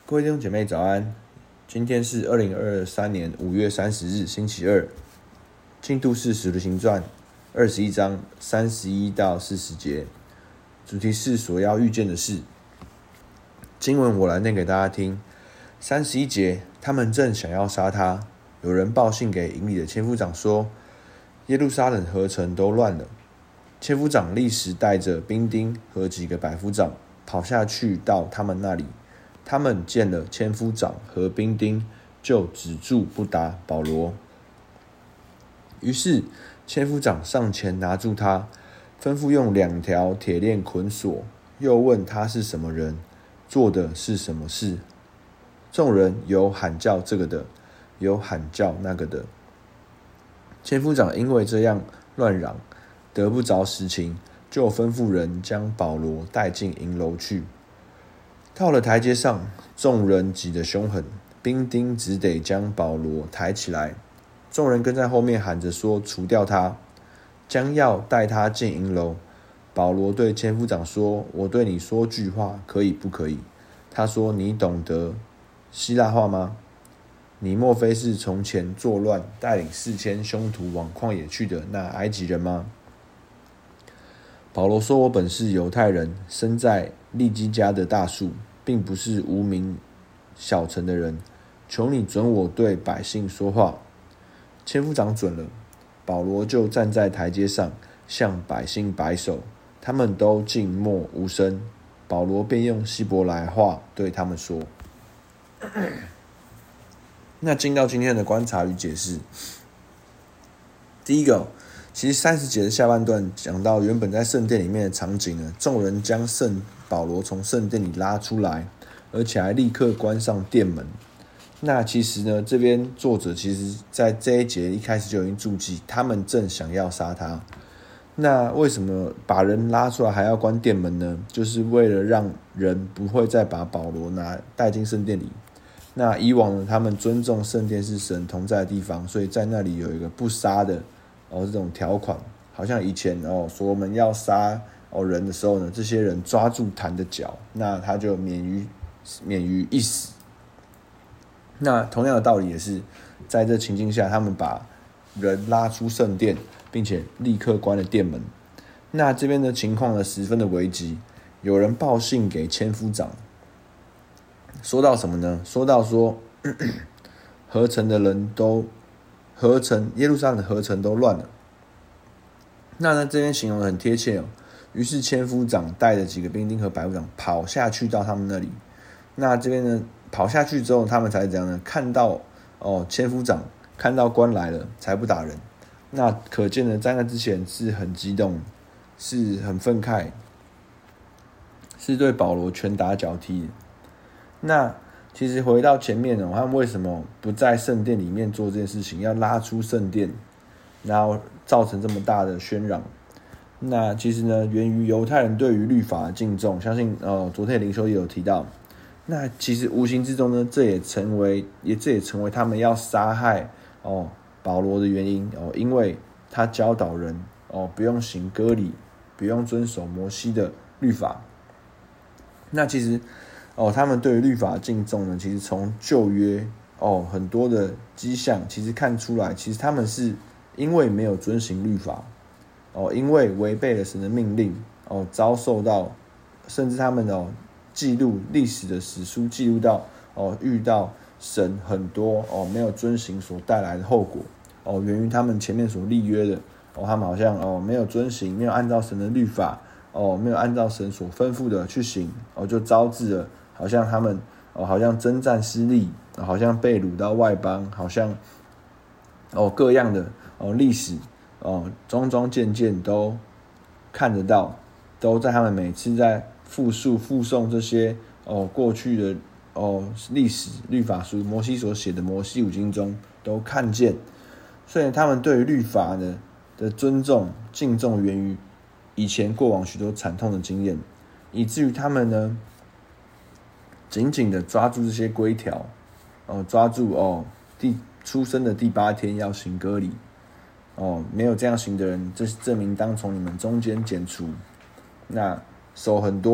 各位弟兄姐妹早安，今天是2023年5月30日星期二，进度是使徒行传21章31到40节，主题是所要遇见的事。经文我来念给大家听。31节，他们正想要杀他，有人报信给营里的千夫长说，耶路撒冷何城都乱了。千夫长立时带着兵丁和几个百夫长跑下去到他们那里。他们见了千夫长和兵丁，就止住不打保罗。于是千夫长上前拿住他，吩咐用2条铁链捆锁，又问他是什么人，做的是什么事。众人有喊叫这个的，有喊叫那个的。千夫长因为这样乱嚷，得不着实情，就吩咐人将保罗带进营楼去。到了台阶上，众人挤得凶狠，兵丁只得将保罗抬起来。众人跟在后面喊着说，除掉他，将要带他进营楼。保罗对千夫长说，我对你说句话，可以不可以？他说，你懂得希腊话吗？你莫非是从前作乱，带领4000凶徒往旷野去的那埃及人吗？保罗说，我本是犹太人，生在利基家的大树，并不是无名小城的人，求你准我对百姓说话。千夫长准了，保罗就站在台阶上，向百姓摆手，他们都静默无声。保罗便用希伯来话对他们说。那进到今天的观察与解释。第一个，其实30节的下半段讲到原本在圣殿里面的场景呢，众人将保罗从圣殿里拉出来，而且还立刻关上殿门。那其实呢，这边作者其实在这一节一开始就已经注记，他们正想要杀他。那为什么把人拉出来还要关殿门呢？就是为了让人不会再把保罗带进圣殿里。那以往呢，他们尊重圣殿是神同在的地方，所以在那里有一个不杀的这种条款。好像以前所罗门要杀人的时候呢，这些人抓住坛的脚，那他就免于一死。那同样的道理也是在这情境下，他们把人拉出圣殿，并且立刻关了殿门。那这边的情况呢，十分的危急。有人报信给千夫长，说到什么呢？说到说合城的人都耶路撒冷的合城都乱了。那呢，这边形容的很贴切。于是千夫长带着几个兵丁和百夫长跑下去到他们那里。那这边呢，跑下去之后，他们才怎样呢？看到千夫长看到官来了，才不打人。那可见呢，在那之前是很激动，是很愤慨，是对保罗拳打脚踢的。那其实回到前面他们为什么不在圣殿里面做这件事情，要拉出圣殿，然后造成这么大的喧嚷？那其实呢，源于犹太人对于律法的敬重。相信昨天的灵修也有提到。那其实无形之中呢，这也成为他们要杀害保罗的原因因为他教导人不用行割礼，不用遵守摩西的律法。那其实他们对于律法的敬重呢，其实从旧约很多的迹象其实看出来，其实他们是因为没有遵行律法因为违背了神的命令遭受到，甚至他们记录历史的史书记录到遇到神很多没有遵行所带来的后果源于他们前面所立约的他们好像没有遵行，没有按照神的律法没有按照神所吩咐的去行就招致了好像他们好像征战失利，好像被掳到外邦，好像各样的历史桩桩件件都看得到，都在他们每次在复诵这些过去的历史律法书，摩西所写的摩西五经中都看见。所以他们对于律法的尊重敬重，源于以前过往许多惨痛的经验，以至于他们呢紧紧的抓住这些规条抓住出生的第8天要行割礼没有这样行的人，这名当从你们中间剪除。那手很多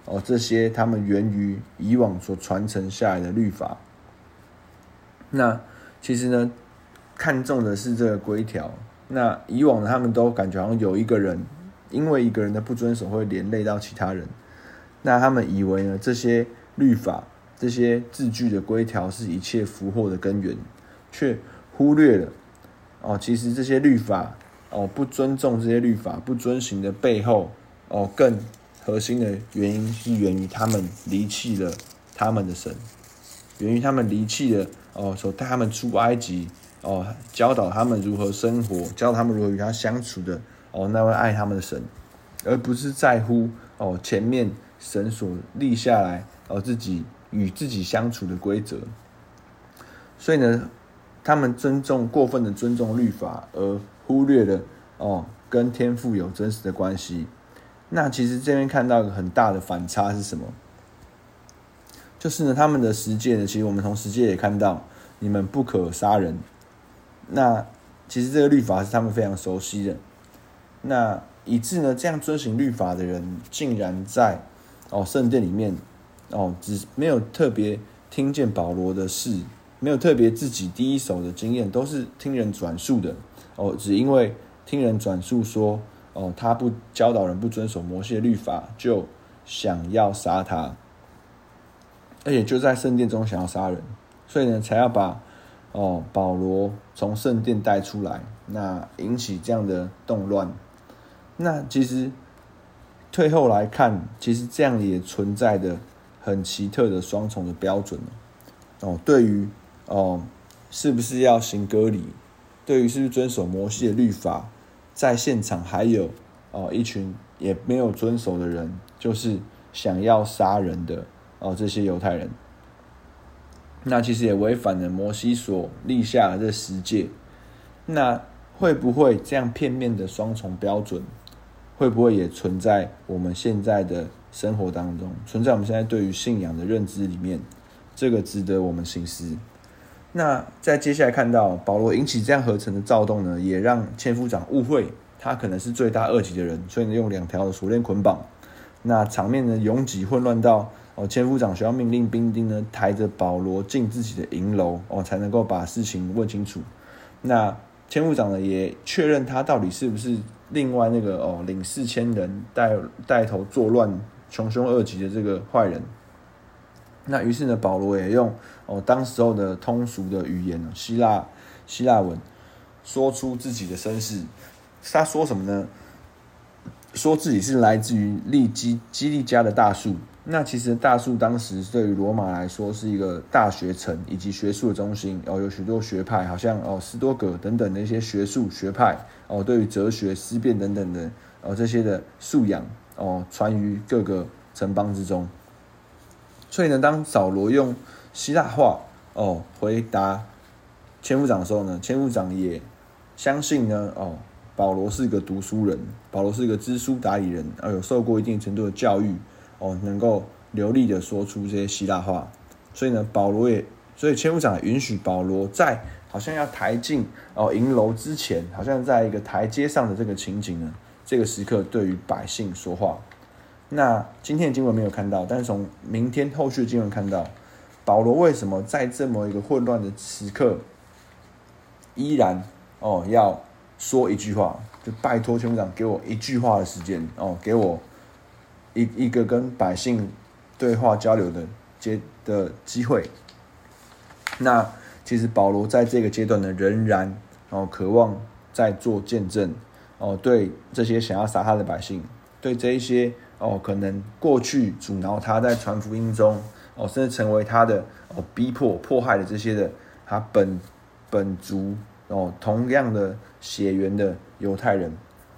这些他们源于以往所传承下来的律法。那其实呢，看重的是这个规条。那以往呢，他们都感觉好像有一个人，因为一个人的不遵守会连累到其他人。那他们以为呢，这些律法、这些字句的规条是一切福祸的根源，却忽略了其实这些律法不尊重这些律法、不遵行的背后更核心的原因是源于他们离弃了他们的神，源于他们离弃了所带他们出埃及教导他们如何生活，教导他们如何与他相处的那位爱他们的神，而不是在乎前面神所立下来自己与自己相处的规则。所以呢，他们过分的尊重律法，而忽略了跟天父有真实的关系。那其实这边看到一个很大的反差是什么？就是呢，他们的十诫呢，其实我们从十诫也看到，你们不可杀人。那其实这个律法是他们非常熟悉的。那以致呢，这样遵行律法的人，竟然在圣殿里面只没有特别听见保罗的事，没有特别自己第一手的经验，都是听人转述的只因为听人转述说他不教导人不遵守摩西的律法，就想要杀他，而且就在圣殿中想要杀人，所以呢才要把保罗从圣殿带出来，那引起这样的动乱。那其实退后来看，其实这样也存在的很奇特的双重的标准对于是不是要行割礼，对于是不是遵守摩西的律法，在现场还有一群也没有遵守的人，就是想要杀人的这些犹太人。那其实也违反了摩西所立下的这十诫。那会不会这样片面的双重标准，会不会也存在我们现在的生活当中，存在我们现在对于信仰的认知里面？这个值得我们省思。那在接下来看到保罗引起这样合成的躁动呢，也让千夫长误会他可能是罪大恶极的人，所以呢用2条的锁链捆绑。那场面呢拥挤混乱到千夫长需要命令兵丁呢抬着保罗进自己的营楼才能够把事情问清楚。那千夫长呢也确认他到底是不是另外那个领4000人带头作乱穷凶恶极的这个坏人。那于是呢，保罗也用当时候的通俗的语言希腊文说出自己的身世。他说什么呢？说自己是来自于基利家的大树。那其实大树当时对于罗马来说是一个大学城以及学术的中心有许多学派，好像斯多葛等等的一些学术学派对于哲学思辨等等的这些的素养传于各个城邦之中。所以呢，当扫罗用希腊话回答千夫长的时候呢，千夫长也相信呢保罗是个读书人，保罗是个知书达理人有受过一定程度的教育能够流利的说出这些希腊话。所以呢，所以千夫长允许保罗在好像要抬进营楼之前，好像在一个台阶上的这个情景呢，这个时刻对于百姓说话。那今天的经文没有看到，但是从明天后续的经文看到，保罗为什么在这么一个混乱的时刻，依然要说一句话，就拜托千夫长给我一句话的时间给我一个跟百姓对话交流的机会。那其实保罗在这个阶段呢，仍然渴望在做见证对这些想要杀他的百姓，对这一些可能过去阻挠他在传福音中甚至成为他的逼迫迫害的这些的他本族同样的血缘的犹太人，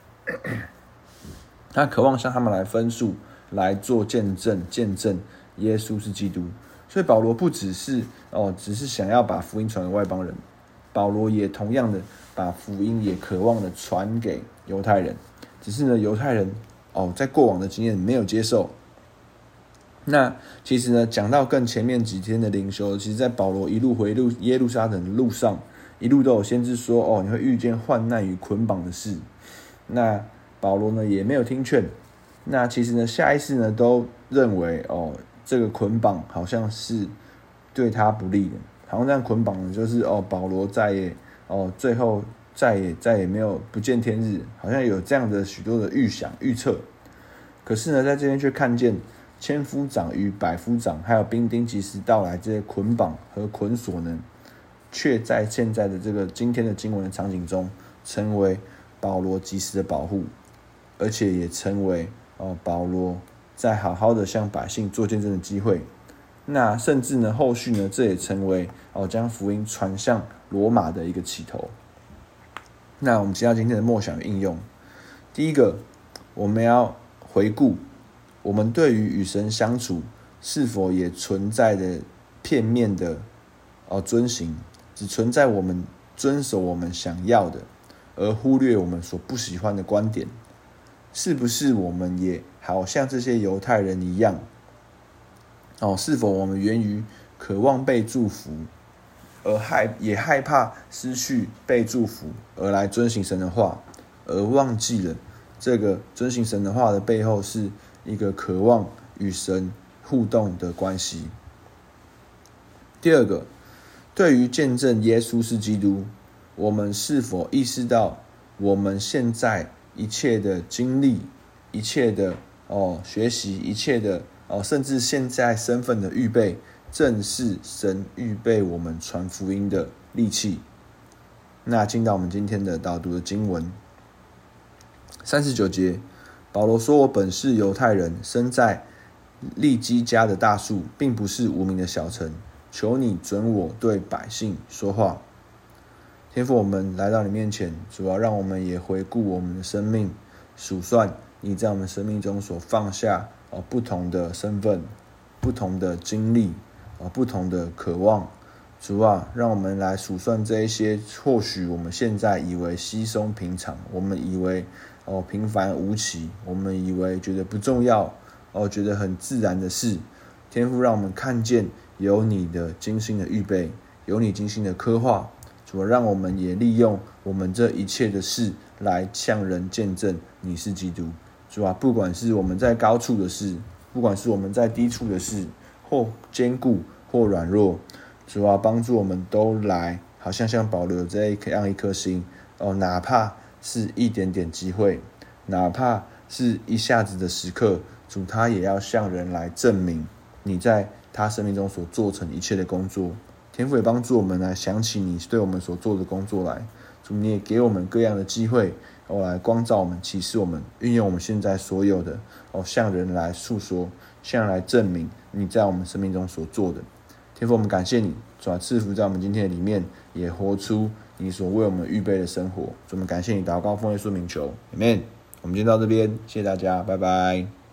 他渴望向他们来分述，来做见证耶稣是基督。所以保罗不只是想要把福音传给外邦人，保罗也同样的把福音也渴望的传给犹太人，只是呢犹太人在过往的经验没有接受。那其实呢，讲到更前面几天的灵修，其实在保罗一路回耶路撒冷的路上，一路都有先知说你会遇见患难与捆绑的事。那保罗呢也没有听劝，那其实呢下一次呢都认为这个捆绑好像是对他不利的，好像这样捆绑的就是保罗最后再也没有不见天日，好像有这样的许多的预测。可是呢，在这边却看见千夫长与百夫长还有兵丁及时到来，这些捆绑和捆锁呢，却在现在的这个今天的经文的场景中，成为保罗及时的保护，而且也成为保罗在好好的向百姓做见证的机会。那甚至呢，后续呢，这也成为将福音传向罗马的一个起头。那我们接到今天的默想与应用，第一个，我们要回顾我们对于与神相处是否也存在的片面的遵行，只存在我们遵守我们想要的，而忽略我们所不喜欢的观点。是不是我们也好像这些犹太人一样？是否我们源于渴望被祝福，也害怕失去被祝福，而来遵行神的话，而忘记了这个遵行神的话的背后是一个渴望与神互动的关系。第二个，对于见证耶稣是基督，我们是否意识到我们现在一切的经历，一切的学习，一切的甚至现在身份的预备，正是神预备我们传福音的利器。那进到我们今天的导读的经文39节，保罗说：“我本是犹太人，生在利基家的大树，并不是无名的小城。求你准我对百姓说话。”天父，我们来到你面前，主要让我们也回顾我们的生命，数算你在我们生命中所放下不同的身份、不同的经历、不同的渴望。主啊，让我们来数算这一些，或许我们现在以为稀松平常，我们以为平凡无奇，我们以为觉得不重要，觉得很自然的事。天父，让我们看见有你的精心的预备，有你精心的刻画。主啊，让我们也利用我们这一切的事来向人见证你是基督。主啊，不管是我们在高处的事，不管是我们在低处的事，或坚固或软弱，主啊，帮助我们都来，好像保罗这样一颗心，哪怕是一点点机会，哪怕是一下子的时刻，主他也要向人来证明你在他生命中所做成一切的工作。天父也帮助我们来想起你对我们所做的工作来，主你也给我们各样的机会，来光照我们，启示我们，运用我们现在所有的，向人来诉说，向人来证明你在我们生命中所做的。天父，我们感谢你，主啊，赐福在我们今天的里面，也活出你所为我们预备的生活。主，我们感谢你，祷告奉耶稣名求 ，Amen。我们今天到这边，谢谢大家，拜拜。